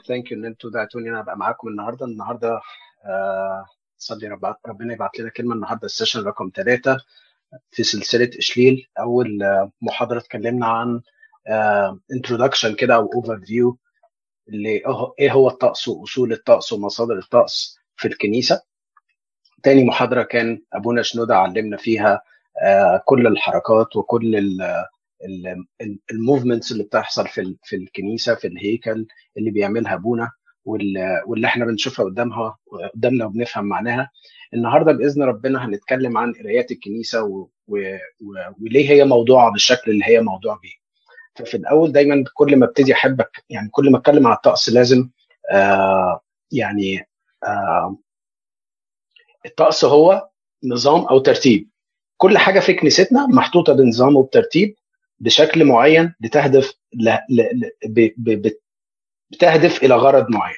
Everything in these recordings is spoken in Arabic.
ثانك يو ان انتوا دعتوني انا ابقى معاكم النهارده. صلي ربنا يبعت لنا كلمه النهارده. السيشن رقم 3 في سلسله اشليل. اول محاضره اتكلمنا عن انترودكشن كده او اوفر فيو ايه هو الطقس واصول الطقس ومصادر الطقس في الكنيسه. تاني محاضره كان ابونا شنودة علمنا فيها كل الحركات وكل الموفمنتس اللي بتحصل في الكنيسه في الهيكل اللي بيعملها ابونا واللي احنا بنشوفها قدامنا وبنفهم معناها. النهارده باذن ربنا هنتكلم عن قرايات الكنيسه وليه هي موضوعه بالشكل اللي هي موضوع بيه. ففي الاول دايما كل ما ابتدي احبك يعني كل ما اتكلم على الطقس لازم يعني الطقس هو نظام او ترتيب. كل حاجه في كنيستنا محطوطه بنظام وبترتيب بشكل معين بتهدف بتهدف الى غرض معين.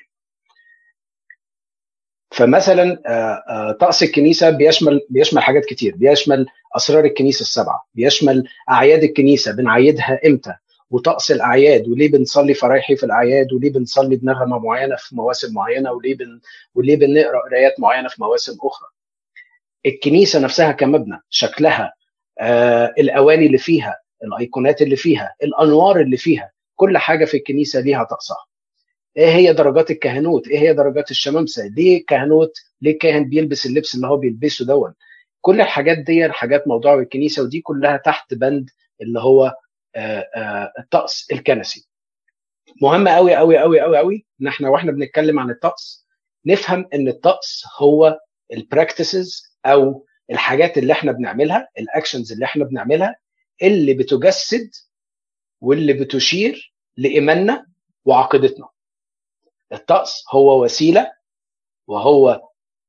فمثلا طقس الكنيسه بيشمل حاجات كتير، بيشمل اسرار الكنيسه السبعه، بيشمل اعياد الكنيسه بنعيدها امتى، وطقس الاعياد وليه بنصلي فرايحي في الاعياد، وليه بنصلي بنغمه معينه في مواسم معينه، وليه بنقرا قرايات معينه في مواسم اخرى. الكنيسه نفسها كمبنى، شكلها، الاواني اللي فيها، الايقونات اللي فيها، الانوار اللي فيها، كل حاجه في الكنيسه ليها طقسها. ايه هي درجات الكهنوت، ايه هي درجات الشمامسه، ليه كهنوت، ليه كاهن بيلبس اللبس اللي هو بيلبسه دون. كل الحاجات دي حاجات موضوع الكنيسه، ودي كلها تحت بند اللي هو الطقس الكنسي. مهم قوي قوي قوي قوي قوي ان احنا واحنا بنتكلم عن الطقس نفهم ان الطقس هو البراكتسز او الحاجات اللي احنا بنعملها، الاكشنز اللي احنا بنعملها اللي بتجسد واللي بتشير لايماننا وعقيدتنا. الطقس هو وسيله وهو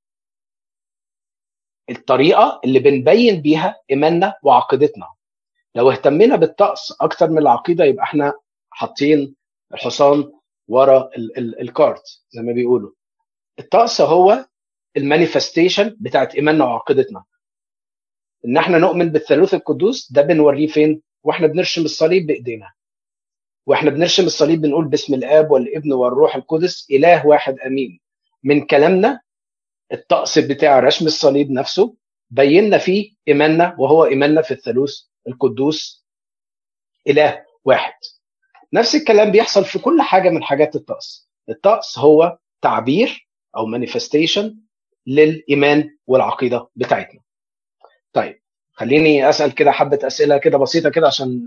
الطريقه اللي بنبين بيها ايماننا وعقيدتنا. لو اهتمينا بالطقس اكتر من العقيده يبقى احنا حاطين الحصان ورا الكارت زي ما بيقولوا. الطقس هو المانيفستيشن بتاعت ايماننا وعقيدتنا. ان احنا نؤمن بالثالوث القدوس ده بنوريه فين؟ واحنا بنرشم الصليب بايدينا. واحنا بنرشم الصليب بنقول باسم الاب والابن والروح القدس اله واحد امين. من كلامنا الطقس بتاع رسم الصليب نفسه بينا فيه ايماننا، وهو ايماننا في الثالوث القدوس اله واحد. نفس الكلام بيحصل في كل حاجه من حاجات الطقس. الطقس هو تعبير او مانيفستيشن للايمان والعقيده بتاعتنا. طيب خليني اسال كده حبه اسئله كده بسيطه كده عشان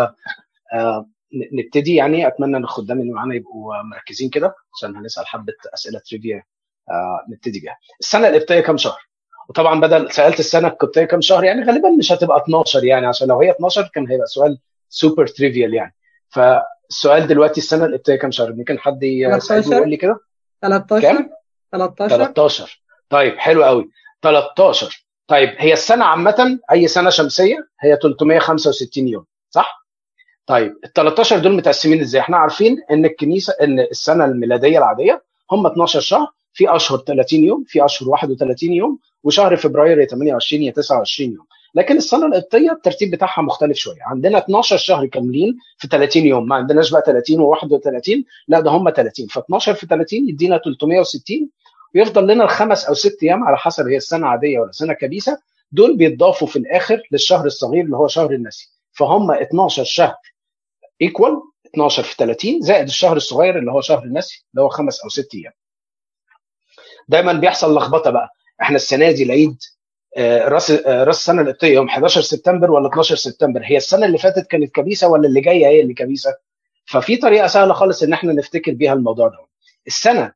نبتدي. يعني اتمنى ان الخدام اللي معانا يبقوا مركزين كده عشان هنسال حبه اسئله تريفيا نبتدي بيها. السنه القبطيه كام شهر؟ وطبعا بدل سالت السنه القبطيه كام شهر يعني غالبا مش هتبقى 12، يعني عشان لو هي 12 كان هيبقى سؤال سوبر تريفيال يعني. فالسؤال دلوقتي السنه القبطيه كام شهر؟ ممكن حد يساعدني ويقول 13 لي كده 13 كام؟ 13. 13. طيب حلو قوي 13. طيب هي السنه عامه اي سنه شمسيه هي 365 يوم صح؟ طيب ال 13 دول متقسمين ازاي؟ احنا عارفين ان ان السنه الميلاديه العاديه هم 12 شهر، في اشهر 30 يوم، في اشهر 31 يوم، وشهر فبراير يا 28 يا 29 يوم. لكن السنه القبطيه الترتيب بتاعها مختلف شويه، عندنا 12 شهر كاملين في 30 يوم، ما عندناش بقى 30 و31، لا ده هم 30، ف12 في 30 يدينا 360، ويفضل لنا الخمس او ست ايام على حسب هي السنه عاديه ولا سنه كبيسه. دول بيتضافوا في الاخر للشهر الصغير اللي هو شهر النسي، فهم 12 شهر ايكوال 12 في 30 زائد الشهر الصغير اللي هو شهر النسي اللي هو 5 او 6 ايام. دايما بيحصل لخبطه بقى، احنا السنه دي العيد راس السنه القبطيه يوم 11 سبتمبر ولا 12 سبتمبر؟ هي السنه اللي فاتت كانت كبيسه ولا اللي جايه هي اللي كبيسه؟ ففي طريقه سهله خالص ان احنا نفتكر بيها الموضوع ده. السنه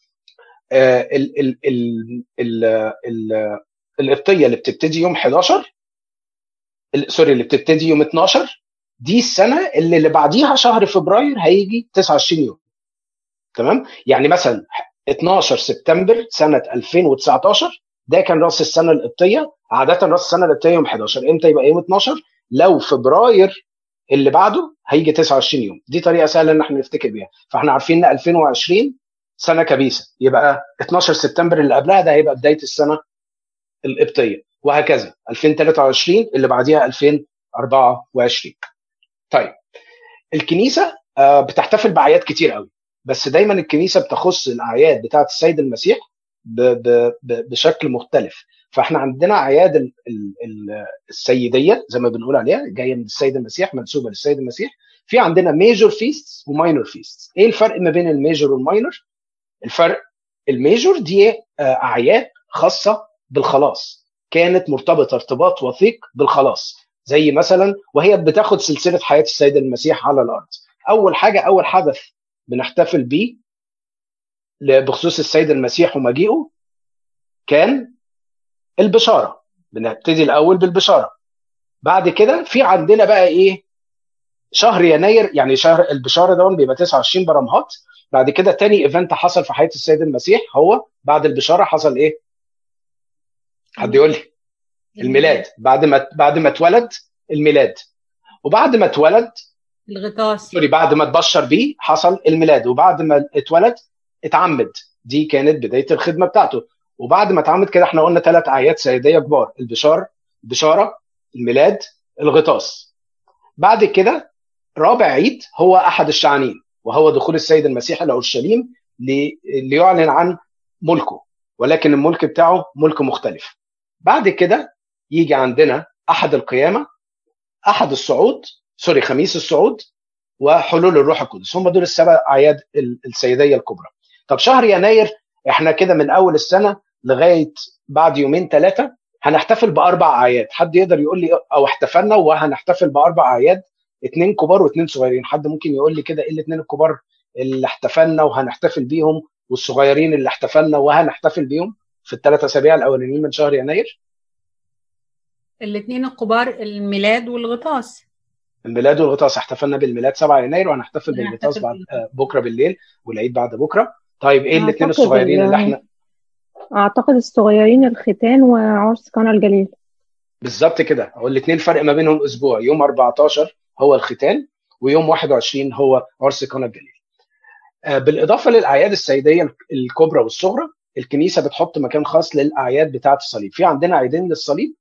القبطيه اللي بتبتدي يوم 11، سوري اللي بتبتدي يوم 12، دي السنه اللي بعديها شهر فبراير هيجي 29 يوم. تمام؟ يعني مثلا 12 سبتمبر سنه 2019 ده كان راس السنه القبطيه. عاده راس السنه القبطيه يوم 11، امتى يبقى يوم 12؟ لو فبراير اللي بعده هيجي 29 يوم. دي طريقه سهله ان احنا نفتكر بيها. فاحنا عارفين ان 2020 سنه كبيسه، يبقى 12 سبتمبر اللي قبلها ده هيبقى بدايه السنه القبطيه، وهكذا 2023 اللي بعديها 2024. طيب الكنيسه بتحتفل باعياد كتير قوي. بس دايما الكنيسه بتخص الاعياد بتاعه السيد المسيح بشكل مختلف. فاحنا عندنا اعياد السيديه زي ما بنقول عليها، جايه من السيد المسيح، منسوبه للسيد المسيح. في عندنا ميجور فيست وماينور فيست. ايه الفرق ما بين الميجور والماينور؟ الفرق، الميجور دي اعياد خاصه بالخلاص، كانت مرتبطه ارتباط وثيق بالخلاص، زي مثلا وهي بتاخد سلسله حياه السيد المسيح على الارض. اول حاجه، اول حدث بنحتفل بيه بخصوص السيد المسيح ومجيئه كان البشاره. بنبتدي الاول بالبشاره. بعد كده في عندنا بقى ايه؟ شهر يناير، يعني شهر البشاره ده بيبقى 29 برمهات. بعد كده تاني ايفنت حصل في حياه السيد المسيح هو بعد البشاره حصل ايه؟ حد يقول لي؟ الميلاد. بعد ما اتولد الميلاد. وبعد ما اتولد الغطاس. سوري، بعد ما اتبشر بيه حصل الميلاد. وبعد ما اتولد اتعمد، دي كانت بدايه الخدمه بتاعته. وبعد ما اتعمد كده احنا قلنا 3 اعياد سيديه كبار: البشاره، الميلاد، الغطاس. بعد كده رابع عيد هو احد الشعانين، وهو دخول السيد المسيح الى اورشليم ليعلن عن ملكه، ولكن الملك بتاعه ملك مختلف. بعد كده يجي عندنا احد القيامه، احد الصعود، سوري خميس الصعود، وحلول الروح القدس. هم دول ال7 اعياد السيديه الكبرى. طب شهر يناير احنا كده من اول السنه لغايه بعد يومين 3 هنحتفل ب4 اعياد. حد يقدر يقول لي؟ او احتفلنا وهنحتفل ب4 اعياد، 2 كبار و2 صغيرين. حد ممكن يقول لي كده ايه ال2 الكبار اللي احتفلنا وهنحتفل بيهم، والصغيرين اللي احتفلنا وهنحتفل بيهم في ال3 اسابيع الاولانيين من شهر يناير؟ الاثنين الكبار الميلاد والغطاس. الميلاد والغطاس، احتفلنا بالميلاد 7 يناير، وهنحتفل بالغطاس هنحتفل بعد بالغطاس. بكره بالليل، والعيد بعد بكره. طيب ايه ال2 أعتقد الصغيرين اللي احنا؟ أعتقد الصغيرين الختان وعرس قنا الجليل. بالظبط كده. هو ال2 فرق ما بينهم اسبوع، يوم 14 هو الختان، ويوم 21 هو عرس قنا الجليل. بالاضافه للاعياد السيديه الكبرى والصغرى، الكنيسه بتحط مكان خاص للاعياد بتاعه الصليب. في عندنا عيدين للصليب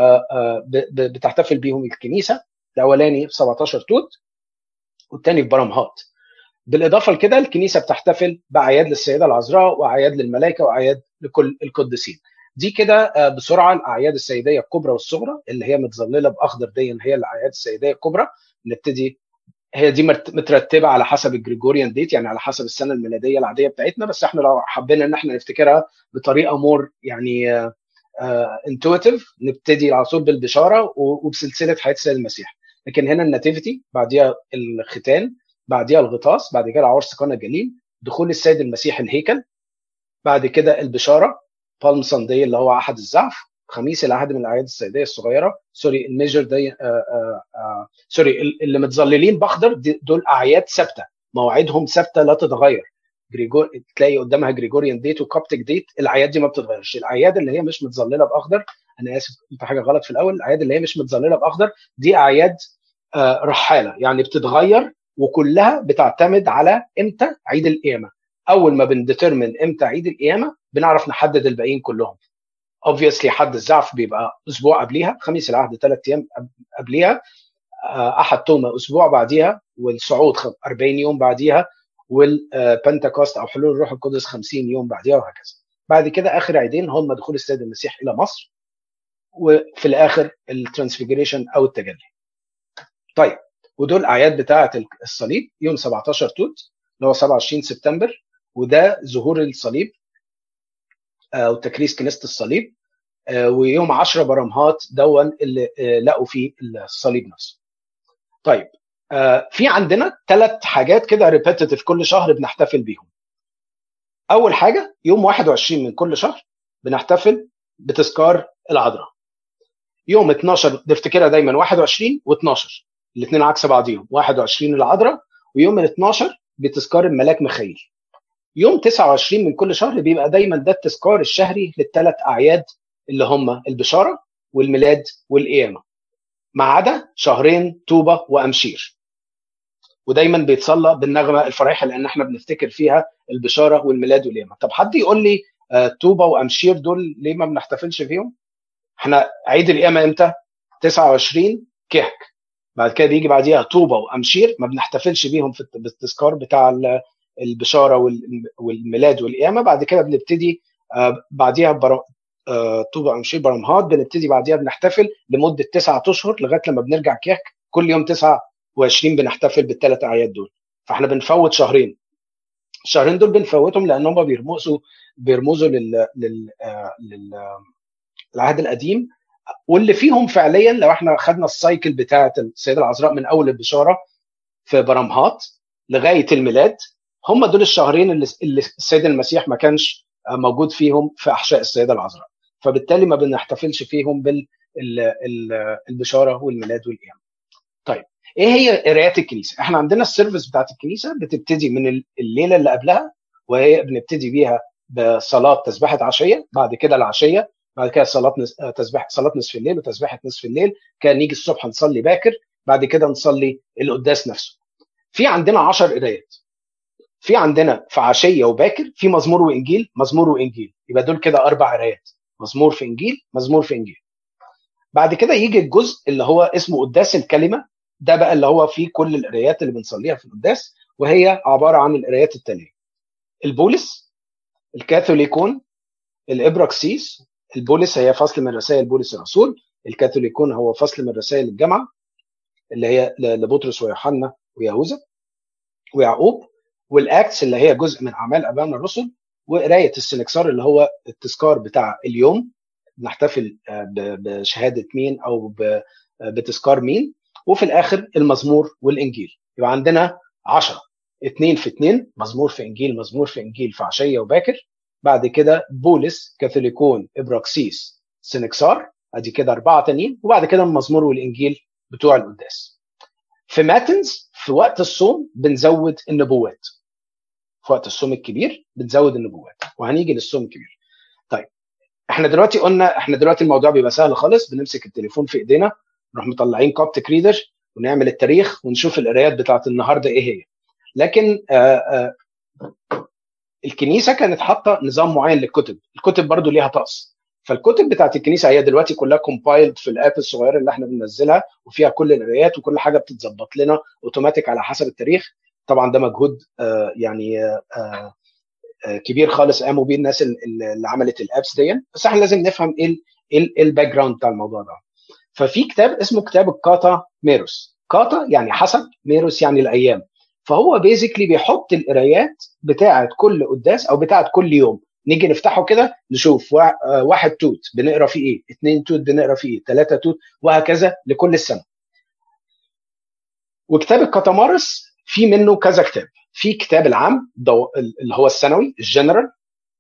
بتحتفل بيهم الكنيسه. الاولاني في 17 توت، والثاني في برمهات. بالاضافه لكده الكنيسه بتحتفل باعياد للسيده العذراء، واعياد للملائكه، واعياد لكل القديسين. دي كده بسرعه الاعياد السيديه الكبرى والصغرى اللي هي متظلله باخضر، دي هي الاعياد السيديه الكبرى. نبتدي، هي دي مترتبه على حسب الجريجوريان ديت، يعني على حسب السنه الميلاديه العاديه بتاعتنا، بس احنا لو حبينا ان احنا نفتكرها بطريقه مور يعني انتويتيف، نبتدي على طول بالبشاره وبسلسله حياه السيد المسيح. لكن هنا الناتيفيتي، بعديها الختان، بعديها الغطاس، بعد كده عرس قنا الجليل، دخول السيد المسيح الهيكل، بعد كده البشاره، بالم ساندي اللي هو احد الزعف، خميس العهد من الاعياد السيديه الصغيره، سوري الميجر دي سوري اللي متظللين باخضر دول اعياد ثابته، مواعيدهم ثابته لا تتغير. تلاقي قدامها جريجوريان ديت وكابتيك ديت، الاعياد دي ما بتتغيرش. الاعياد اللي هي مش متظلله باخضر، انا اسف قلت حاجه غلط في الاول، الاعياد اللي هي مش متظلله باخضر دي اعياد رحاله، يعني بتتغير، وكلها بتعتمد على امتى عيد القيامه. اول ما بنديترمن امتى عيد القيامه بنعرف نحدد الباقيين كلهم. obviously حد الزعف بيبقى اسبوع قبليها، خميس العهد 3 ايام قبليها، احد توما اسبوع بعديها، والصعود 40 يوم بعديها، والبنتكوست او حلول الروح القدس 50 يوم بعديها، وهكذا. بعد كده اخر عيدين هم دخول السيد المسيح الى مصر، وفي الاخر الترانسفيجريشن او التجلي. طيب، ودول اعياد بتاعه الصليب. يوم 17 توت اللي هو 27 سبتمبر، وده ظهور الصليب او تكريس كنيسه الصليب. ويوم 10 برمهات دون اللي لقوا فيه الصليب نفسه. طيب، في عندنا 3 حاجات كده ريبيتيتيف كل شهر بنحتفل بيهم. اول حاجه يوم 21 من كل شهر بنحتفل بتذكار العذراء. يوم 12 نفتكرها دايما 21 و12، الاثنين عكس بعضيهم، 21 العذراء، ويوم ال 12 بتذكار الملاك ميخائيل. يوم 29 من كل شهر بيبقى دايما ده التذكار الشهري لل3 اعياد اللي هم البشاره والميلاد والقيامه، ما عدا شهرين توبه وامشير. ودايما بيتصلى بالنغمه الفريحه لان احنا بنفتكر فيها البشاره والميلاد والقيامه. طب حد يقول لي توبه وامشير دول ليه ما بنحتفلش فيهم؟ احنا عيد القيامه امتى؟ 29 كهك. بعد كده بيجي بعديها طوبه وامشير، ما بنحتفلش بيهم في بالتذكار بتاع البشاره والميلاد والقيامه. بعد كده بنبتدي بعديها طوبى انشير برمهات، بنبتدي بعديها بنحتفل لمده 9 اشهر لغايه لما بنرجع كياك. كل يوم 29 بنحتفل بالثلاث اعياد دول، فاحنا بنفوت شهرين. الشهرين دول بنفوتهم لان هم بيرمزوا للعهد القديم، واللي فيهم فعليا لو احنا خدنا السايكل بتاعه السيده العذراء من اول البشاره في برمهات لغايه الميلاد، هم دول الشهرين اللي السيد المسيح ما كانش موجود فيهم في احشاء السيده العذراء، فبالتالي ما بنحتفلش فيهم بالبشاره والميلاد والقيامه. طيب ايه هي قرايات الكنيسه؟ احنا عندنا السيرفيس بتاعت الكنيسه بتبتدي من الليله اللي قبلها، وهي بنبتدي بيها بصلاه تسبيحه عشيه، بعد كده العشيه، بعد كده صلاه نصف الليل وتسبيحه نصف الليل، كان نيجي الصبح نصلي باكر، بعد كده نصلي القداس نفسه. في عندنا 10 قرايات، في عندنا في عشيه وباكر في مزمور وانجيل، مزمور وانجيل، يبقى دول كده 4 قرايات، مزمور في انجيل، مزمور في انجيل. بعد كده يجي الجزء اللي هو اسمه قداس الكلمه، ده بقى اللي هو فيه كل القرايات اللي بنصليها في القداس، وهي عباره عن القرايات التاليه: البولس، الكاثوليكون، الابراكسيس. البولس هي فصل من رسائل بولس الرسول، الكاثوليكون هو فصل من رسائل الجامعه اللي هي لبطرس ويوحنا ويهوذا ويعقوب، والاكتس اللي هي جزء من اعمال ابائنا الرسل، وقرايه السنكسار اللي هو التذكار بتاع اليوم، نحتفل بشهاده مين او بتذكار مين، وفي الاخر المزمور والانجيل. يبقى عندنا 10، 2 في 2، مزمور في انجيل، مزمور في انجيل في عشيه وباكر، بعد كده بولس، كاثوليكون، ابراكسيس، سنكسار، ادي كده 4 تانيين، وبعد كده المزمور والانجيل بتوع القداس. في ماتنز في وقت الصوم بنزود النبوات، في وقت الصوم الكبير بنزود النبوات، وهنيجي للصوم الكبير. طيب احنا دلوقتي قلنا، احنا دلوقتي الموضوع بيبقى سهل خالص، بنمسك التليفون في ايدينا، نروح مطلعين كوبتك ريدر ونعمل التاريخ ونشوف القرايات بتاعت النهارده ايه هي. لكن الكنيسه كانت حاطه نظام معين للكتب، الكتب برضو ليها طقس. فالكتب بتاعت الكنيسه هي دلوقتي كلها كومبايلد في الاب الصغيره اللي احنا بننزلها، وفيها كل القرايات وكل حاجه بتتظبط لنا اوتوماتيك على حسب التاريخ. طبعا ده مجهود كبير خالص قاموا بيه الناس اللي عملت الابس دي، بس احنا لازم نفهم ايه الباك جراوند بتاع الموضوع ده. ففي كتاب اسمه كتاب الكاتا ميروس، كاتا يعني حسب، ميروس يعني الايام، فهو بيزيكلي بيحط القرايات بتاعه كل قداس او بتاعه كل يوم. نيجي نفتحه كده نشوف 1 توت بنقرا فيه ايه، 2 توت بنقرا فيه ايه، 3 توت، وهكذا لكل السنه. وكتاب الكاتامارس في منه كذا كتاب، في كتاب العام اللي هو السنوي الجنرال،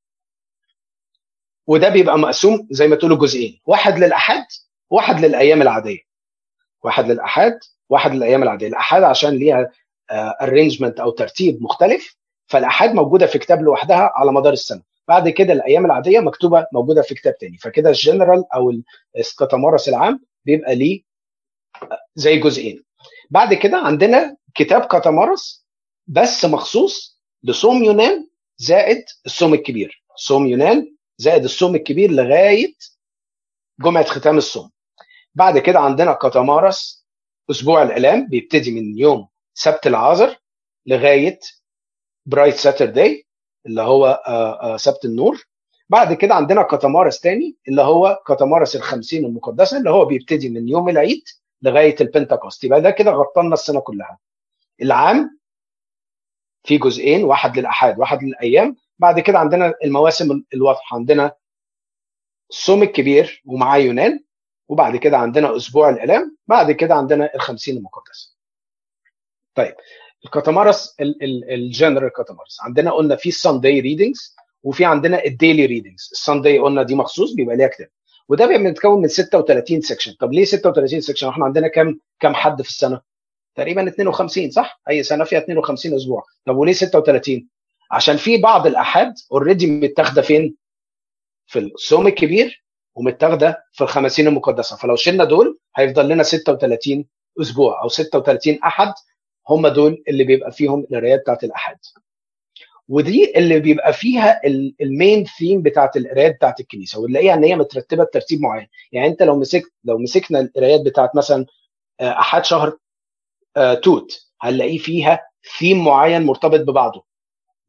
وده بيبقى مقسوم زي ما تقولوا جزئين، واحد للاحاد واحد للايام العاديه، واحد للاحاد واحد للايام العاديه. الاحاد عشان ليها ارينجمنت او ترتيب مختلف، فالاحاد موجوده في كتاب لوحدها على مدار السنه، بعد كده الايام العاديه مكتوبه موجوده في كتاب تاني. فكده الجنرال او الكاتامارس العام بيبقى ليه زي جزئين. بعد كده عندنا كتاب كاتامارس بس مخصوص لصوم يونان زائد الصوم الكبير، صوم يونان زائد الصوم الكبير لغايه جمعه ختام الصوم. بعد كده عندنا كاتامارس اسبوع الالام، بيبتدي من يوم سبت العذر لغايه برايت ساترداي اللي هو سبت النور. بعد كده عندنا كاتامارس تاني اللي هو كاتامارس ال50 المقدسه، اللي هو بيبتدي من يوم العيد لغايه البنتكوست. يبقى ده كده غطينا السنه كلها. العام في جزئين، واحد للاحاد واحد للايام. بعد كده عندنا المواسم الواضحه، عندنا الصوم الكبير ومعاه يونان، وبعد كده عندنا اسبوع الالام، بعد كده عندنا ال50 المقدسه. طيب الكاتامارس الجنرال كاتامارس عندنا قلنا في السانداي ريدنجز وفي عندنا الديلي ريدنجز. السانداي قلنا دي مخصوص بيبقى ليها كتاب، وده بيبقى متكون من 36 سيكشن. طب ليه 36 سيكشن؟ احنا عندنا كام حد في السنه؟ تقريبا 52 صح؟ اي سنه فيها 52 اسبوع. طب وليه 36؟ عشان في بعض الاحاد اوريدي متاخده فين؟ في الصوم الكبير ومتاخده في ال50 المقدسه، فلو شلنا دول هيفضل لنا 36 اسبوع او 36 احد، هم دول اللي بيبقى فيهم القرايات بتاعت الاحاد. ودي اللي بيبقى فيها المين ثيم بتاعت القرايات بتاعت الكنيسه، ونلاقيها ان هي مترتبه بترتيب معين. يعني انت لو مسكنا القرايات بتاعت مثلا احاد شهر توت، هنلاقيه فيها ثيم معين مرتبط ببعضه.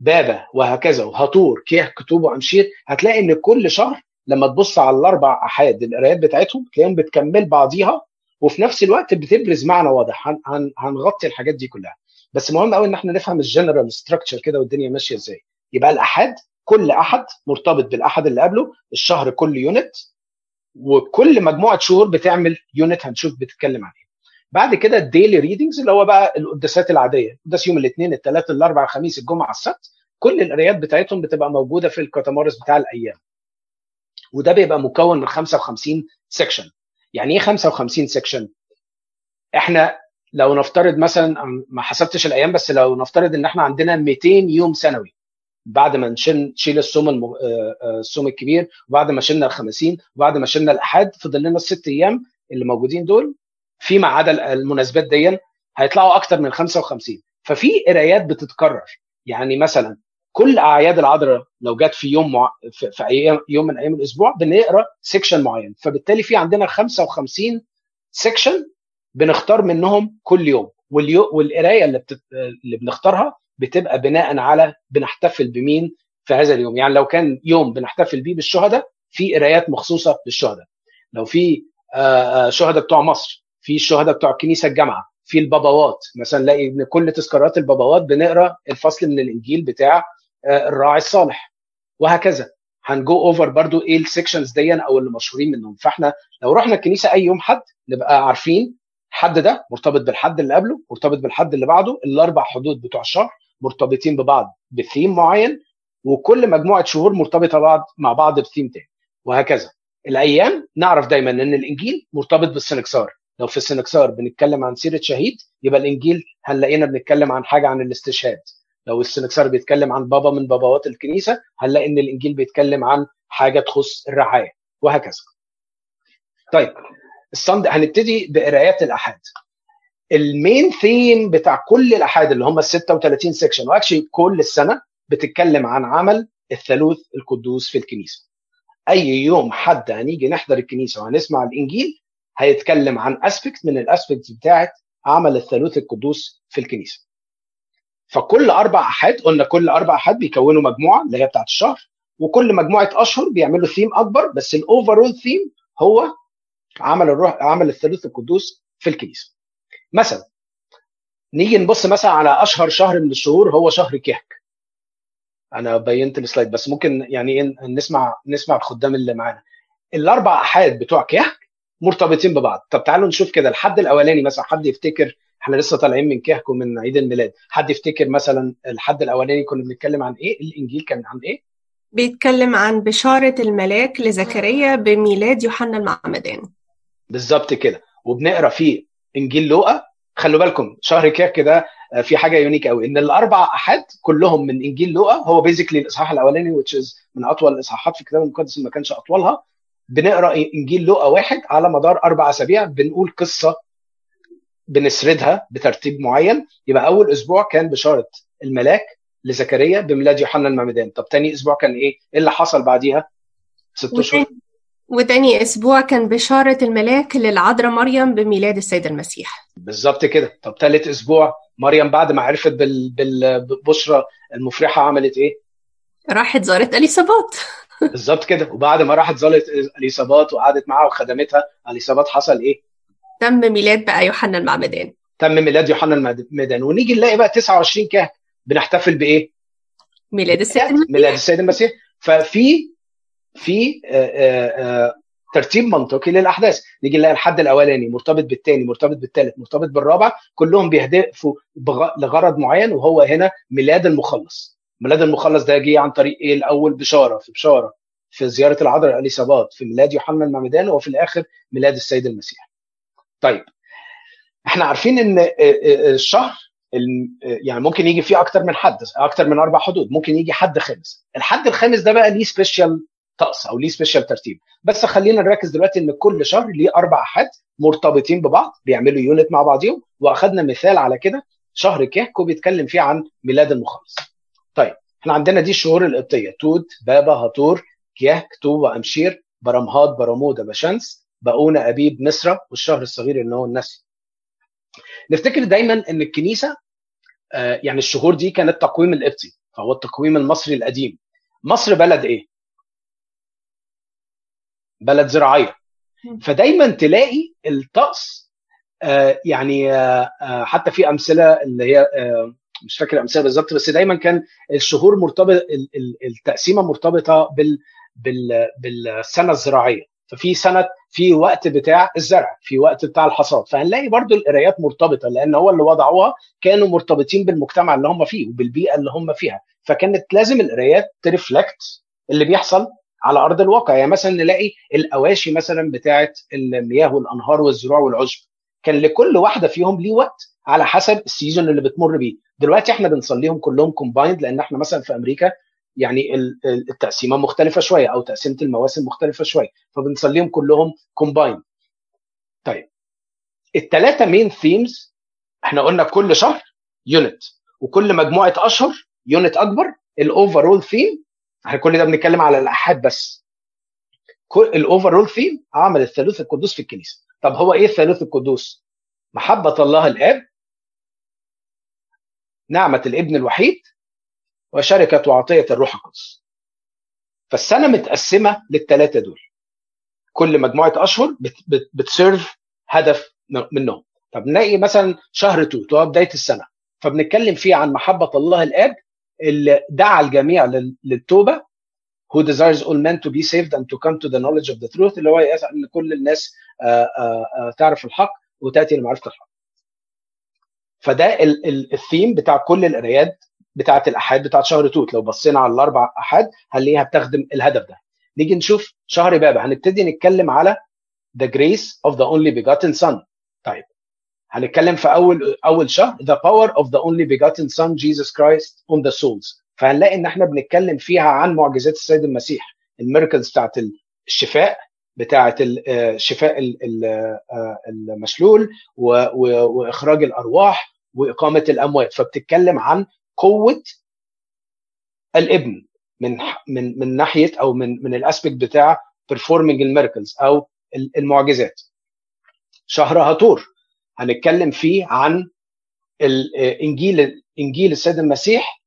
بابا وهكذا وهطور كيه كتوب وامشير، هتلاقي ان كل شهر لما تبص على الاربع احاد القرايات بتاعتهم تلاقيهم بتكمل بعضيها، وفي نفس الوقت بتبرز معنى واضح. هنغطي الحاجات دي كلها، بس مهم قوي ان احنا نفهم الجنرال ستراكشر كده والدنيا ماشيه ازاي. يبقى الاحاد كل احد مرتبط بالاحد اللي قبله، الشهر كل يونت، وكل مجموعه شهور بتعمل يونت هنشوف بتتكلم عن ايه. بعد كده الديلي ريدنجز اللي هو بقى القداسات العاديه، قداس يوم الاثنين الثلاث الاربع الخميس الجمعه السبت، كل القرايات بتاعتهم بتبقى موجوده في الكتمارس بتاع الايام، وده بيبقى مكون من 55 سيكشن. يعني ايه 55 سيكشن؟ احنا لو نفترض مثلا، ما حسبتش الايام، بس لو نفترض ان احنا عندنا 200 يوم سنوي، بعد ما نشيل الصوم الكبير، وبعد ما شلنا الخمسين، وبعد ما شلنا الاحاد، فضل لنا الست ايام اللي موجودين دول فيما عدا المناسبات دي هيطلعوا اكتر من 55. ففي قرايات بتتكرر. يعني مثلا كل اعياد العذراء لو جت في يوم في يوم من ايام الاسبوع بنقرا سيكشن معين، فبالتالي في عندنا 55 سيكشن بنختار منهم كل يوم، والقرايه اللي بنختارها بتبقى بناء على بنحتفل بمين في هذا اليوم. يعني لو كان يوم بنحتفل بيه بالشهداء، في قرايات مخصوصه للشهداء. لو في شهداء بتوع مصر، في الشهداء بتوع الكنيسه الجامعه، في الباباوات مثلا، نلاقي ان كل تذكارات الباباوات بنقرا الفصل من الانجيل بتاع الراعي الصالح، وهكذا. هنجو اوفر برضو ايه السكشنز دي او اللي مشهورين منهم. فاحنا لو رحنا الكنيسه اي يوم حد نبقى عارفين الحد ده مرتبط بالحد اللي قبله، مرتبط بالحد اللي بعده، الاربع حدود بتوع الشهر مرتبطين ببعض بثيم معين، وكل مجموعه شهور مرتبطه مع بعض بثيم تاني، وهكذا. الايام نعرف دايما ان الانجيل مرتبط بالسنكسار. لو في السنكسار بنتكلم عن سيره شهيد، يبقى الانجيل هنلاقينا بنتكلم عن حاجه عن الاستشهاد. لو السنكسار بيتكلم عن بابا من باباوات الكنيسه، هنلاقي ان الانجيل بيتكلم عن حاجه تخص الرعايه، وهكذا. طيب هنبتدي بقرايات الاحاد. المين ثيم بتاع كل الاحاد اللي هم ال 36 سيكشن، واكشلي كل السنه بتتكلم عن عمل الثالوث القدوس في الكنيسه. اي يوم حد هنيجي نحضر الكنيسه وهنسمع الانجيل هيتكلم عن اسبكت من الاسبكت بتاعه عمل الثالوث القدوس في الكنيسه. فكل اربع احاد، قلنا كل اربع احاد بيكونوا مجموعه اللي هي بتاعه الشهر، وكل مجموعه اشهر بيعملوا ثيم اكبر، بس الاوفرول ثيم هو عمل الثالوث القدوس في الكنيسه. مثلا نيجي نبص مثلا على اشهر شهر من الشهور، هو شهر كيهك. انا بينت السلايد بس ممكن يعني نسمع الخدام اللي معانا. الاربع احاد بتوع كيهك مرتبطين ببعض. طب تعالوا نشوف كده الحد الاولاني مثلا، حد يفتكر، احنا لسه طالعين من كيهك ومن عيد الميلاد، حد يفتكر مثلا الحد الاولاني كنا بنتكلم عن ايه؟ الانجيل كان عن ايه؟ بيتكلم عن بشارة الملاك لزكريا بميلاد يوحنا المعمدان. بالظبط كده. وبنقرا فيه انجيل لوقا. خلوا بالكم شهر كيهك ده في حاجه يونيك قوي، ان الاربع احاد كلهم من انجيل لوقا. هو بيزيكلي الاصحاح الاولاني which من اطول الاصحاحات في الكتاب المقدس، ما كانش اطولها. بنقرا انجيل لوقا واحد على مدار 4 أسابيع، بنقول قصه بنسردها بترتيب معين. يبقى اول اسبوع كان بشاره الملاك لزكريا بميلاد يوحنا المعمدان. طب تاني اسبوع كان ايه اللي حصل بعديها؟ 6 اشهر. وتاني اسبوع كان بشارة الملاك للعذراء مريم بميلاد السيد المسيح. بالظبط كده. طب ثالث اسبوع مريم بعد ما عرفت بالبشرى المفرحه عملت ايه؟ راحت زارت اليصابات. بالظبط كده. وبعد ما راحت زارت اليصابات وقعدت معاها وخدمتها اليصابات، حصل ايه؟ تم ميلاد بقى يوحنا المعمدان. تم ميلاد يوحنا المعمدان. ونيجي نلاقي بقى 29 كهك بنحتفل بايه؟ ميلاد السيد المسيح. ميلاد السيد المسيح. ففي ترتيب منطقي للاحداث. نيجي نلاقي الحد الاولاني مرتبط بالثاني، مرتبط بالثالث، مرتبط بالرابع، كلهم بيهدفوا لغرض معين، وهو هنا ميلاد المخلص. ميلاد المخلص ده جه عن طريق ايه؟ الاول بشاره في زياره العذراء اليصابات، في ميلاد يوحنا المعمدان، وفي الاخر ميلاد السيد المسيح. طيب احنا عارفين ان الشهر يعني ممكن يجي فيه اكتر من حد، اكتر من 4 حدود، ممكن يجي حد خامس. الحد الخامس ده بقى ليه سبيشال طقس او ليه سبيشال ترتيب. بس خلينا نركز دلوقتي ان كل شهر ليه 4 احاد مرتبطين ببعض بيعملوا يونت مع بعضهم. واخدنا مثال على كده شهر كيهك بيتكلم فيه عن ميلاد المخلص. طيب احنا عندنا دي الشهور القبطيه: توت، بابا، هطور، كيهك، توبا، امشير، برمهات، برمودا، بشمس، باؤونة، ابيب، مصرة، والشهر الصغير اللي هو النسي. نفتكر دايما ان الكنيسه يعني الشهور دي كانت تقويم القبطي. فهو التقويم المصري القديم. مصر بلد ايه؟ بلد زراعيه، فدايما تلاقي الطقس يعني حتى في امثله اللي هي مش فاكر امثله بالظبط، بس دايما كان الشهور مرتبط، التقسيمه مرتبطه بالسنه الزراعيه. ففي سنه، في وقت بتاع الزرع، في وقت بتاع الحصاد، فهنلاقي برضو القرايات مرتبطه، لان هو اللي وضعوها كانوا مرتبطين بالمجتمع اللي هم فيه وبالبيئه اللي هم فيها، فكانت لازم القرايات ترفلكت اللي بيحصل على ارض الواقع. يعني مثلا نلاقي الاواشي مثلا بتاعه المياه والانهار والزروع والعشب، كان لكل واحده فيهم ليه وقت على حسب السيزون اللي بتمر بيه. دلوقتي احنا بنصليهم كلهم كومبايند، لان احنا مثلا في امريكا يعني التقسيمه مختلفه شويه، او تقسيمه المواسم مختلفه شويه، فبنصليهم كلهم كومبايند. طيب الثلاثه مين ثيمز، احنا قلنا كل شهر يونت، وكل مجموعه اشهر يونت اكبر. الاوفرول ثيم، احنا كل ده بنتكلم على الاحاد بس. الاوفرول ثيم عمل الثالوث القدوس في الكنيسه. طب هو ايه الثالوث القدوس؟ محبه الله الاب، نعمه الابن الوحيد، وشركه وعطيه الروح القدس. فالسنه متقسمه للثلاثه دول، كل مجموعه اشهر بتسيرف هدف منهم. طب نلاقي مثلا شهر توت هو بدايه السنه، فبنتكلم فيه عن محبه الله الاب اللي دعا الجميع للتوبه، who desires all men to be saved and to come to the knowledge of the truth، اللي هو يسعى ان كل الناس تعرف الحق وتاتي لمعرفه الحق. فده الثيم بتاع كل القرايات بتاعه الاحاد بتاعه شهر توت. لو بصينا على الاربع احاد هنلاقيها بتخدم الهدف ده. نيجي نشوف شهر بابا، هنبتدي نتكلم على the grace of the only begotten son. طيب هنتكلم في اول شهر the power of the only begotten son Jesus Christ on the souls. فهنلاقي ان احنا بنتكلم فيها عن معجزات السيد المسيح، الميركلز بتاعه الشفاء، بتاعه شفاء المشلول واخراج الارواح واقامه الاموات. فبتتكلم عن قوه الابن من ناحيه، او من الاسبكت بتاع performing الميركلز او المعجزات. شهر هاتور هنتكلم فيه عن انجيل السيد المسيح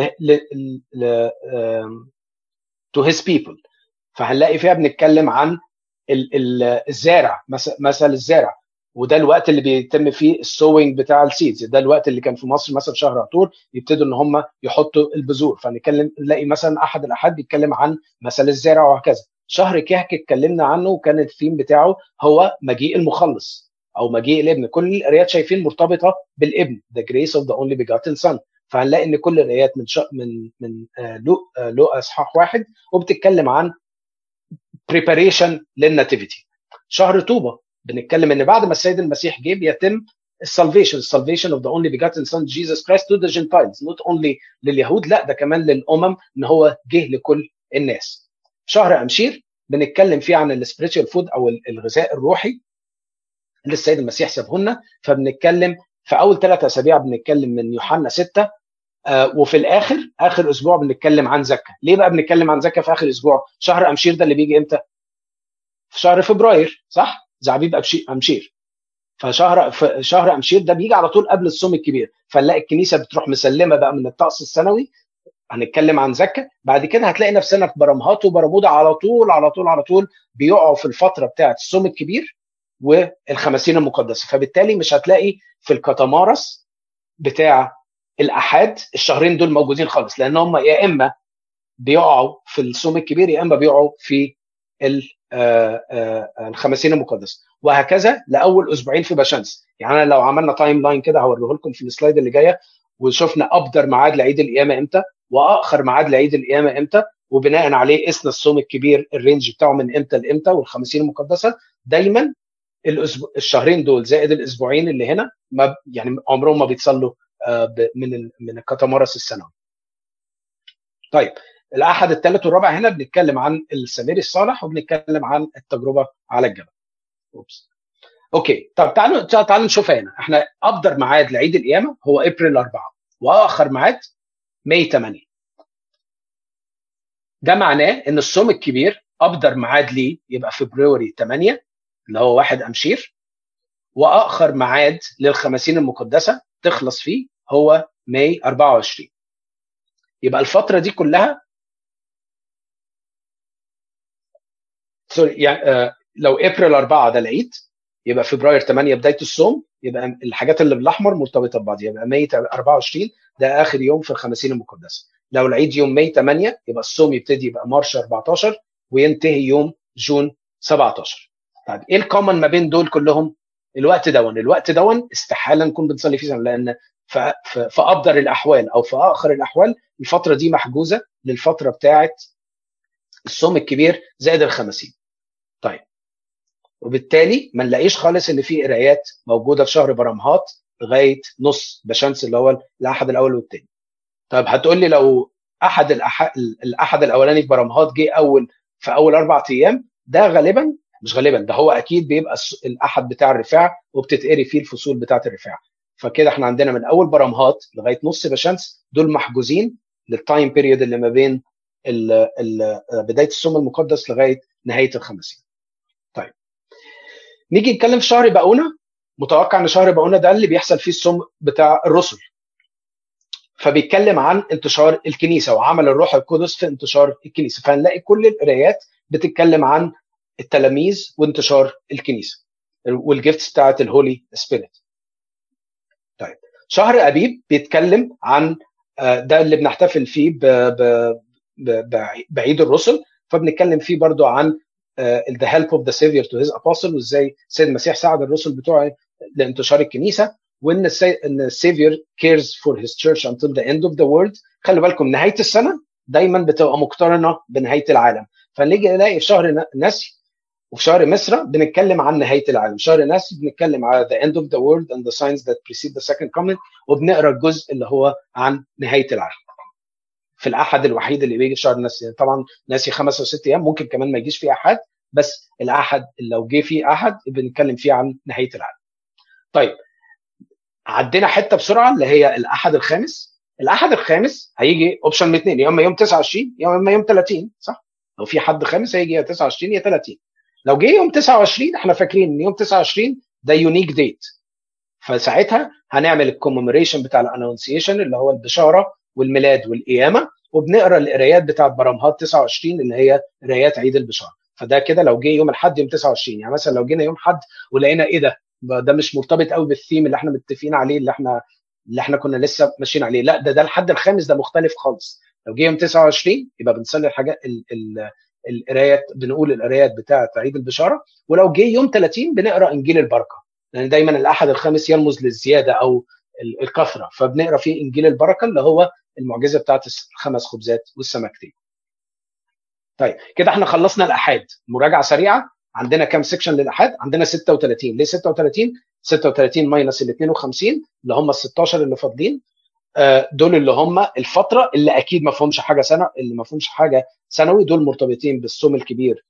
to his people. فهنلاقي فيها بنتكلم عن الزارع، مثل الزارع، وده الوقت اللي بيتم فيه السوينج بتاع السيدز. ده الوقت اللي كان في مصر مثلا شهر هاتور يبتدوا ان هم يحطوا البذور. فنتكلم نلاقي مثلا احد الاحاد بيتكلم عن مثل الزارع وهكذا. شهر كهك اتكلمنا عنه وكان الثيم بتاعه هو مجيء المخلص او مجيء الابن. كل القرايات شايفين مرتبطه بالابن، the grace of the only begotten son. فهنلاقي ان كل القرايات من لوقا اصحاح 1 وبتتكلم عن preparation للناتيفيتي. شهر طوبة بنتكلم ان بعد ما السيد المسيح جه بيتم salvation of the only begotten son Jesus Christ to the Gentiles, not only لليهود، لا ده كمان للامم، ان هو جه لكل الناس. شهر امشير بنتكلم فيه عن السبيريتشوال فود او الغذاء الروحي اللي السيد المسيح سابه لنا. فبنتكلم في اول 3 اسابيع بنتكلم من يوحنا 6، وفي اخر اسبوع بنتكلم عن زكا. ليه بقى بنتكلم عن زكا في اخر اسبوع؟ شهر امشير ده اللي بيجي امتى؟ في شهر فبراير، صح؟ زعبيب امشير. فشهر امشير ده بيجي على طول قبل الصوم الكبير، فنلاقي الكنيسه بتروح مسلمه بقى من الطقس السنوي. هنتكلم عن زكا. بعد كده هتلاقي نفسنا في برمهات وبرمودا على طول بيقعوا في الفتره بتاعه الصوم الكبير والخمسين المقدسه. فبالتالي مش هتلاقي في الكتمارس بتاع الاحاد الشهرين دول موجودين خالص، لان هم يا اما بيقعوا في الصوم الكبير يا اما بيقعوا في الخمسين المقدسه، وهكذا لاول اسبوعين في باشمس. يعني انا لو عملنا تايم لاين كده هوريه لكم في السلايد اللي جايه، وشفنا ابدر ميعاد لعيد القيامه امتى واخر ميعاد لعيد القيامه امتى، وبناء عليه قسنا الصوم الكبير الرينج بتاعه من امتى لامتى، والخمسين المقدسه دايما الشهرين دول زائد الاسبوعين اللي هنا ما يعني عمرهم ما بيتصلوا من الكتمارس السنوي. طيب الاحد الثالث والرابع هنا بنتكلم عن السامري الصالح وبنتكلم عن التجربه على الجبل. اوكي، طب تعالوا نشوفها هنا. احنا ابدر ميعاد لعيد القيامه هو ابريل 4، واخر ميعاد ماي 8. ده معناه ان الصوم الكبير ابدر ميعاد ليه يبقى فبراير 8 اللي هو 1 امشير، واخر ميعاد للخمسين المقدسه تخلص فيه هو ماي 24. يبقى الفتره دي كلها سوري يعني لو ابريل 4 ده العيد، يبقى فبراير 8 بدايه الصوم، يبقى الحاجات اللي بالاحمر مرتبطه ببعض، يبقى ماي 24 ده اخر يوم في الخمسين المقدسه. لو العيد يوم ماي 8 يبقى الصوم يبتدي يبقى مارش 14 وينتهي يوم جون 17. طيب ايه الكومن ما بين دول كلهم؟ الوقت دون استحاله نكون بنصلي فيه، لان في افضل الاحوال او في اخر الاحوال الفتره دي محجوزه للفتره بتاعه الصوم الكبير زائد الخمسين. طيب وبالتالي ما نلاقيش خالص ان في قرايات موجوده في شهر برمهات لغايه نص بشمس اللي هو الاحد الاول والثاني. طيب هتقول لي لو الاحد الاولاني في برمهات جه في اول 4 ايام، ده غالبا مش غالبا، ده هو اكيد بيبقى الاحد بتاع الرفاع وبتتقري فيه الفصول بتاعه الرفاع. فكده احنا عندنا من اول برمهات لغايه نص بشمس دول محجوزين للتايم بيريود اللي ما بين بدايه الصوم المقدس لغايه نهايه الخمسين. طيب نيجي نتكلم في شهر باونه. متوقع ان شهر باونه ده اللي بيحصل فيه الصوم بتاع الرسل، فبيتكلم عن انتشار الكنيسه وعمل الروح القدس في انتشار الكنيسه، فهنلاقي كل القرايات بتتكلم عن التلاميذ وانتشار الكنيسه والجيفتس بتاعت الهولي سبيريت. طيب شهر ابيب بيتكلم عن ده اللي بنحتفل فيه بعيد الرسل، فبنتكلم فيه برضو عن the help of the savior to his apostle، وازاي السيد المسيح ساعد الرسل بتوعه لانتشار الكنيسه، وان السيفير cares for his church until the end of the world. خلي بالكم نهايه السنه دايما بتبقى مقترنه بنهايه العالم، فنيجي نلاقي في شهر ناسي وفي شهر مصر بنتكلم عن نهايه العالم، شهر ناسي بنتكلم على the end of the world and the signs that precede the second coming، وبنقرا الجزء اللي هو عن نهايه العالم. في الاحد الوحيد اللي بيجي في شهر ناسي، طبعا ناسي 5 أو 6 ايام، ممكن كمان ما يجيش فيه احد، بس الاحد لو جه فيه احد بنتكلم فيه عن نهايه العالم. طيب عدينا حته بسرعه اللي هي الاحد الخامس. الاحد الخامس هيجي اوبشن من اثنين، يا اما يوم 29 يا اما يوم 30، صح؟ لو في حد خامس هيجي يا 29 يا 30. لو جه يوم 29 احنا فاكرين ان يوم 29 ده يونيك ديت، فساعتها هنعمل الكوميموريشن بتاع الانونسيشن اللي هو البشاره والميلاد والقيامه، وبنقرا القرايات بتاعت برمهات 29 اللي هي قرايات عيد البشاره. فده كده لو جه يوم الاحد يوم 29، يعني مثلا لو جينا يوم حد ولقينا ايه ده مش مرتبط قوي بالثيم اللي احنا متفقين عليه اللي احنا كنا لسه ماشيين عليه، لا ده الحد الخامس ده مختلف خالص. لو جه يوم 29 يبقى بنصلي الحاجات القرايات، بنقول القرايات بتاعه عيد البشاره، ولو جه يوم 30 بنقرا انجيل البركه، لان دايما الاحد الخامس يرمز للزياده او الكثره، فبنقرا فيه انجيل البركه اللي هو المعجزه بتاعه الخمس خبزات والسمكتين. طيب كده احنا خلصنا الاحاد. مراجعه سريعه، عندنا كام سيكشن للاحاد؟ عندنا 36. ليه 36؟ 36 ماينس ال 52 اللي هم ال 16 اللي فاضلين، دول اللي هم الفتره اللي اكيد ما فيهمش حاجه سنه، اللي ما فيهمش حاجه سنوي، دول مرتبطين بالصوم الكبير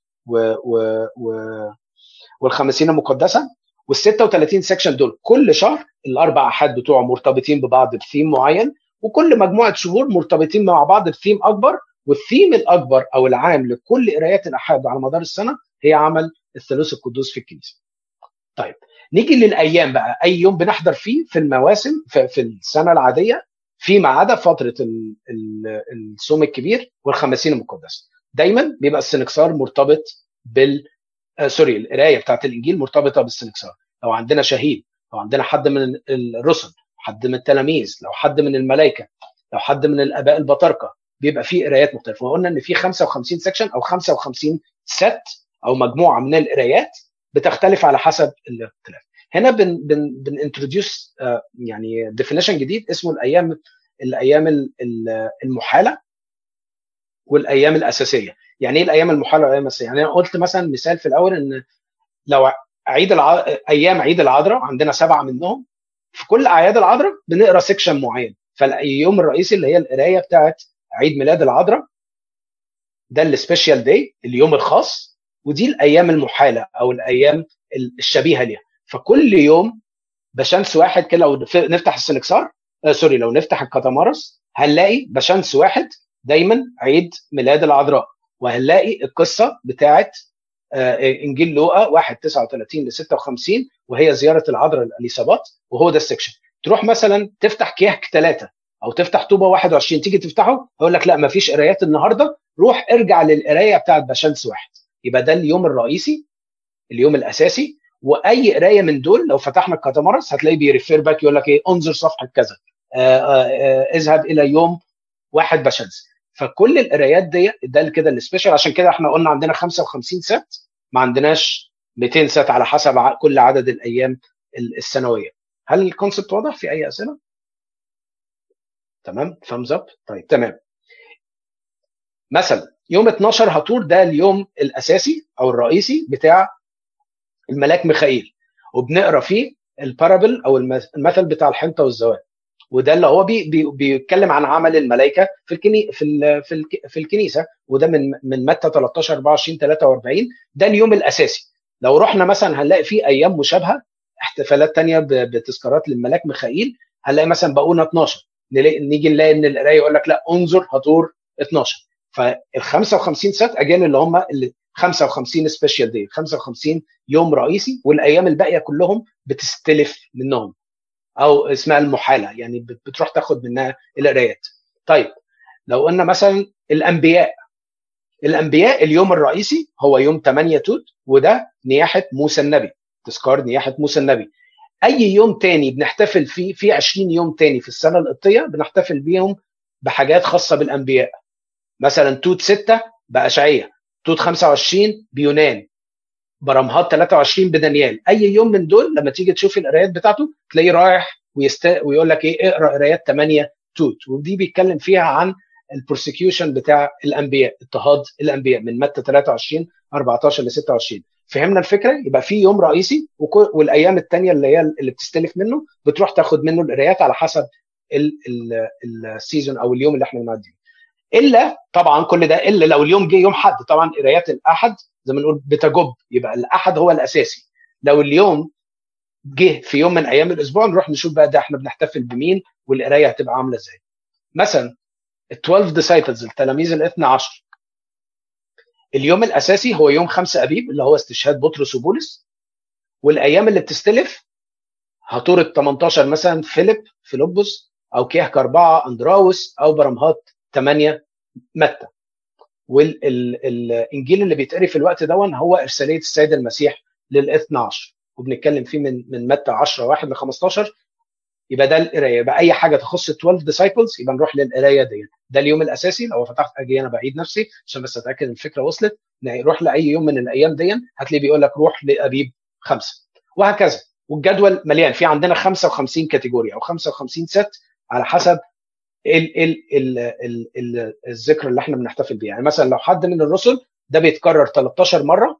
والخمسين المقدسه. وال 36 سيكشن دول كل شهر الاربع احاد بتوعه مرتبطين ببعض بثيم معين، وكل مجموعه شهور مرتبطين مع بعض بثيم اكبر، والثيم الاكبر او العام لكل قرايات الاحاد على مدار السنه هي عمل الثالوث القدوس في الكنيسه. طيب نيجي للايام بقى، اي يوم بنحضر فيه في المواسم في السنه العاديه فيما عدا فتره الصوم الكبير والخمسين المقدسه. دايما بيبقى السنكسار مرتبط القرايه بتاعت الانجيل مرتبطه بالسنكسار. لو عندنا شهيد، لو عندنا حد من الرسل، حد من التلاميذ، لو حد من الملائكه، لو حد من الاباء البطاركه، بيبقى فيه قرايات مختلفه. وقلنا ان في 55 سيكشن او 55 ست او مجموعه من القرايات بتختلف على حسب الاختلاف. هنا بنintroduce يعني ديفينيشن جديد اسمه الايام المحاله والايام الاساسيه. يعني ايه الايام المحاله والايام الاساسيه؟ يعني انا قلت مثلا مثال في الاول ان لو ايام عيد العذراء عندنا 7 منهم، في كل اعياد العذراء بنقرا سيكشن معين، فاليوم الرئيسي اللي هي القرايه بتاعت عيد ميلاد العذراء ده السبيشال داي، اليوم الخاص، ودي الايام المحاله او الايام الشبيهه ليها. فكل يوم بشمس واحد كده، لو نفتح السنكسار لو نفتح الكتمارس هنلاقي بشمس واحد دايما عيد ميلاد العذراء، وهنلاقي القصه بتاعت انجيل لوقا 1:39 ل56 وهي زياره العذراء لاليصابات، وهو ده السكشن. تروح مثلا تفتح كيهك 3 او تفتح طوبه 21 تيجي تفتحه يقول لك لا مفيش قرايات النهارده، روح ارجع للقرايه بتاعت باشمهندس واحد. يبقى ده اليوم الرئيسي، اليوم الاساسي. واي قرايه من دول لو فتحنا الكاتامارس هتلاقيه بيريفير باك، يقول لك ايه انظر صفحه كذا، اذهب الى يوم واحد باشمهندس. فكل القرايات دي ده كده السبيشال. عشان كده احنا قلنا عندنا 55 ست، ما عندناش 200 ست على حسب كل عدد الايام السنويه. هل الكونسبت واضح؟ في اي اسئله؟ تمام، thumbs up. طيب تمام. مثلا يوم 12 هطور ده اليوم الاساسي او الرئيسي بتاع الملاك ميخائيل، وبنقرا فيه البارابل او المثل بتاع الحنطه والزوال، وده اللي هو بيتكلم عن عمل الملائكه في الكنيسه، وده من متى 13 24 43. ده اليوم الاساسي. لو رحنا مثلا هنلاقي فيه ايام مشابهه، احتفالات تانية بتذكارات للملاك ميخائيل، هنلاقي مثلا بقونا 12، نيجي نلاقي ان القرايه يقول لك لا انظر هطور 12. فال 55 سات اجين اللي هم 55 سبيشال دي، 55 يوم رئيسي، والايام الباقيه كلهم بتستلف منهم او اسمها المحاله، يعني بتروح تاخد منها القرايات. طيب لو قلنا مثلا الانبياء اليوم الرئيسي هو يوم 8 توت، وده نياحه موسى النبي، تذكار نياحه موسى النبي. اي يوم تاني بنحتفل فيه، في 20 يوم تاني في السنه القبطيه بنحتفل بيهم بحاجات خاصه بالانبياء. مثلا توت 6 باشعياء، توت 25 بيونان، برمهات 23 بدانيال. اي يوم من دول لما تيجي تشوف القرايات بتاعته تلاقيه رايح ويقول لك ايه اقرا قرايات 8 توت، ودي بيتكلم فيها عن البروسيكيوشن بتاع الانبياء، اضطهاد الانبياء من متى 23 14 ل 26. فهمنا الفكره؟ يبقى في يوم رئيسي والايام الثانيه اللي بتستلف منه بتروح تاخد منه القرايات على حسب السيزون او اليوم اللي احنا بنعديه. الا طبعا كل ده الا لو اليوم جه يوم حد، طبعا قرايات الاحد زي ما نقول بتجب، يبقى الاحد هو الاساسي. لو اليوم جه في يوم من ايام الاسبوع نروح نشوف بقى ده احنا بنحتفل بمين والقرايه هتبقى عامله ازاي. مثلا ال 12 disciples، التلاميذ الاثنى عشر، اليوم الاساسي هو يوم 5 ابيب اللي هو استشهاد بطرس وبولس، والايام اللي بتستلف هطور ال 18 مثلا فيلبس، او كيهك 4 اندراوس، او برمهات 8 متى. والانجيل اللي بيتقري في الوقت ده هو ارساليه السيد المسيح للاثنى عشر، وبنتكلم فيه من متى 10 1 ل 15. يبقى ده القرايه. يبقى اي حاجه تخص 12 disciples يبقى نروح للقرايه ديت. ده اليوم الاساسي. لو فتحت اجي انا بعيد نفسي عشان بس اتاكد الفكره وصلت، روح لاي يوم من الايام دي هتلاقيه بيقول لك روح لابيب 5 وهكذا. والجدول مليان، في عندنا 55 كاتيجوري او 55 ست على حسب الذكرى اللي احنا بنحتفل بيها. يعني مثلا لو حد من الرسل ده بيتكرر 13 مره،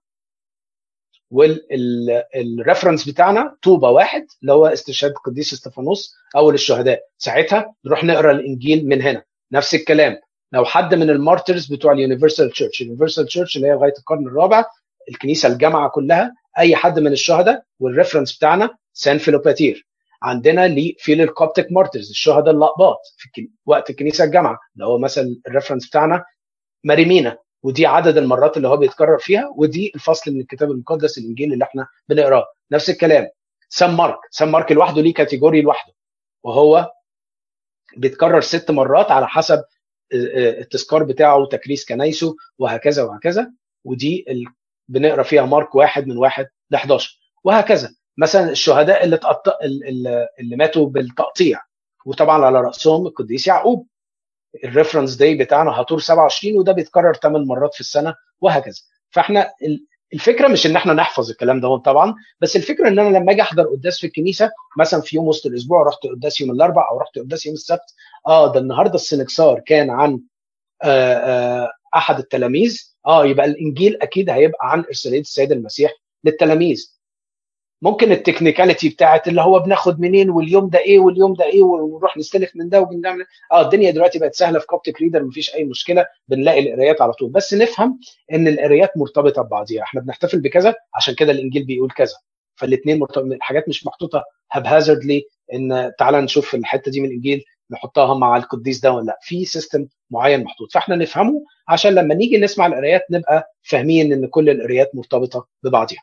والريفرنس بتاعنا طوبه 1 اللي هو استشهاد القديس استفانوس اول الشهداء، ساعتها نروح نقرا الانجيل من هنا. نفس الكلام لو حد من المارترز بتوع اليونيفرسال تشيرش، اليونيفرسال تشيرش اللي هي لغايه القرن الرابع، الكنيسه الجامعه كلها، اي حد من الشهداء، والريفرنس بتاعنا سان فيلوباتير. عندنا في الكوبتيك مارترز الشهداء الاقباط في وقت الكنيسه الجامعه، اللي هو مثلا الريفرنس بتاعنا ماريمينا، ودي عدد المرات اللي هو بيتكرر فيها، ودي الفصل من الكتاب المقدس الانجيل اللي احنا بنقراه. نفس الكلام سان مارك لوحده ليه كاتيجوري لوحده، وهو بيتكرر 6 مرات على حسب التذكار بتاعه وتكريس كنايسه وهكذا وهكذا. ودي بنقرا فيها مارك 1 من 1 ل 11 وهكذا. مثلا الشهداء اللي ماتوا بالتقطيع، وطبعا على راسهم القديس يعقوب، الريفرنس داي بتاعنا هطور 27 وده بيتكرر 8 مرات في السنه وهكذا. فاحنا الفكره مش ان احنا نحفظ الكلام ده طبعا، بس الفكره ان انا لما اجي احضر قداس في الكنيسه مثلا في يوم وسط الاسبوع، رحت قداس يوم الاربعاء او رحت قداس يوم السبت، ده النهارده السنكسار كان عن احد التلاميذ، يبقى الانجيل اكيد هيبقى عن ارساليه السيد المسيح للتلاميذ. ممكن التكنيكاليتي بتاعت اللي هو بناخد منين واليوم ده ايه واليوم ده ايه ونروح نستلف من ده وبنعمل الدنيا دلوقتي بقت سهله في كوبتيك ريدر، مفيش اي مشكله، بنلاقي القرايات على طول. بس نفهم ان القرايات مرتبطه ببعضيها، احنا بنحتفل بكذا عشان كده الانجيل بيقول كذا، فالاثنين مرتبطين. الحاجات مش محطوطه هابهازردلي ان تعالى نشوف الحته دي من الانجيل نحطها مع القديس ده ولا لا، في سيستم معين محطوط، فاحنا نفهمه عشان لما نيجي نسمع القرايات نبقى فاهمين ان كل القرايات مرتبطه ببعضها.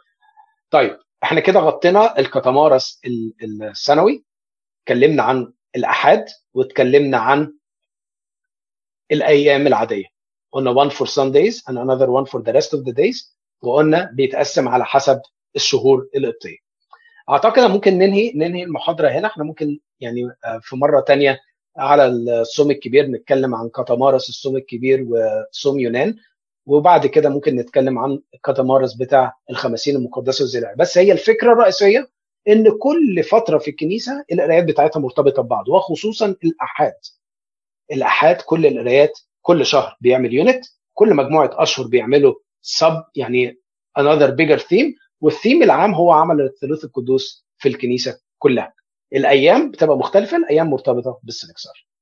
طيب احنا كده غطينا الكتامارس السنوي، اتكلمنا عن الاحاد واتكلمنا عن الايام العاديه. قلنا one for Sundays and another one for the rest of the days، وقلنا بيتقسم على حسب الشهور القبطيه. اعتقد ممكن ننهي المحاضره هنا. احنا ممكن يعني في مره تانية على الصوم الكبير نتكلم عن كاتامارس الصوم الكبير وصوم يونان، وبعد كده ممكن نتكلم عن الكاتامارس بتاع الخمسين المقدسه والزراعه. بس هي الفكره الرئيسيه ان كل فتره في الكنيسه القرايات بتاعتها مرتبطه ببعض، وخصوصا الاحاد كل القرايات كل شهر بيعمل يونت، كل مجموعه اشهر بيعملوا يعني another bigger theme، والثيم العام هو عمل الثالوث القدوس في الكنيسه كلها. الايام بتبقى مختلفه، الايام مرتبطه بالسنكسار.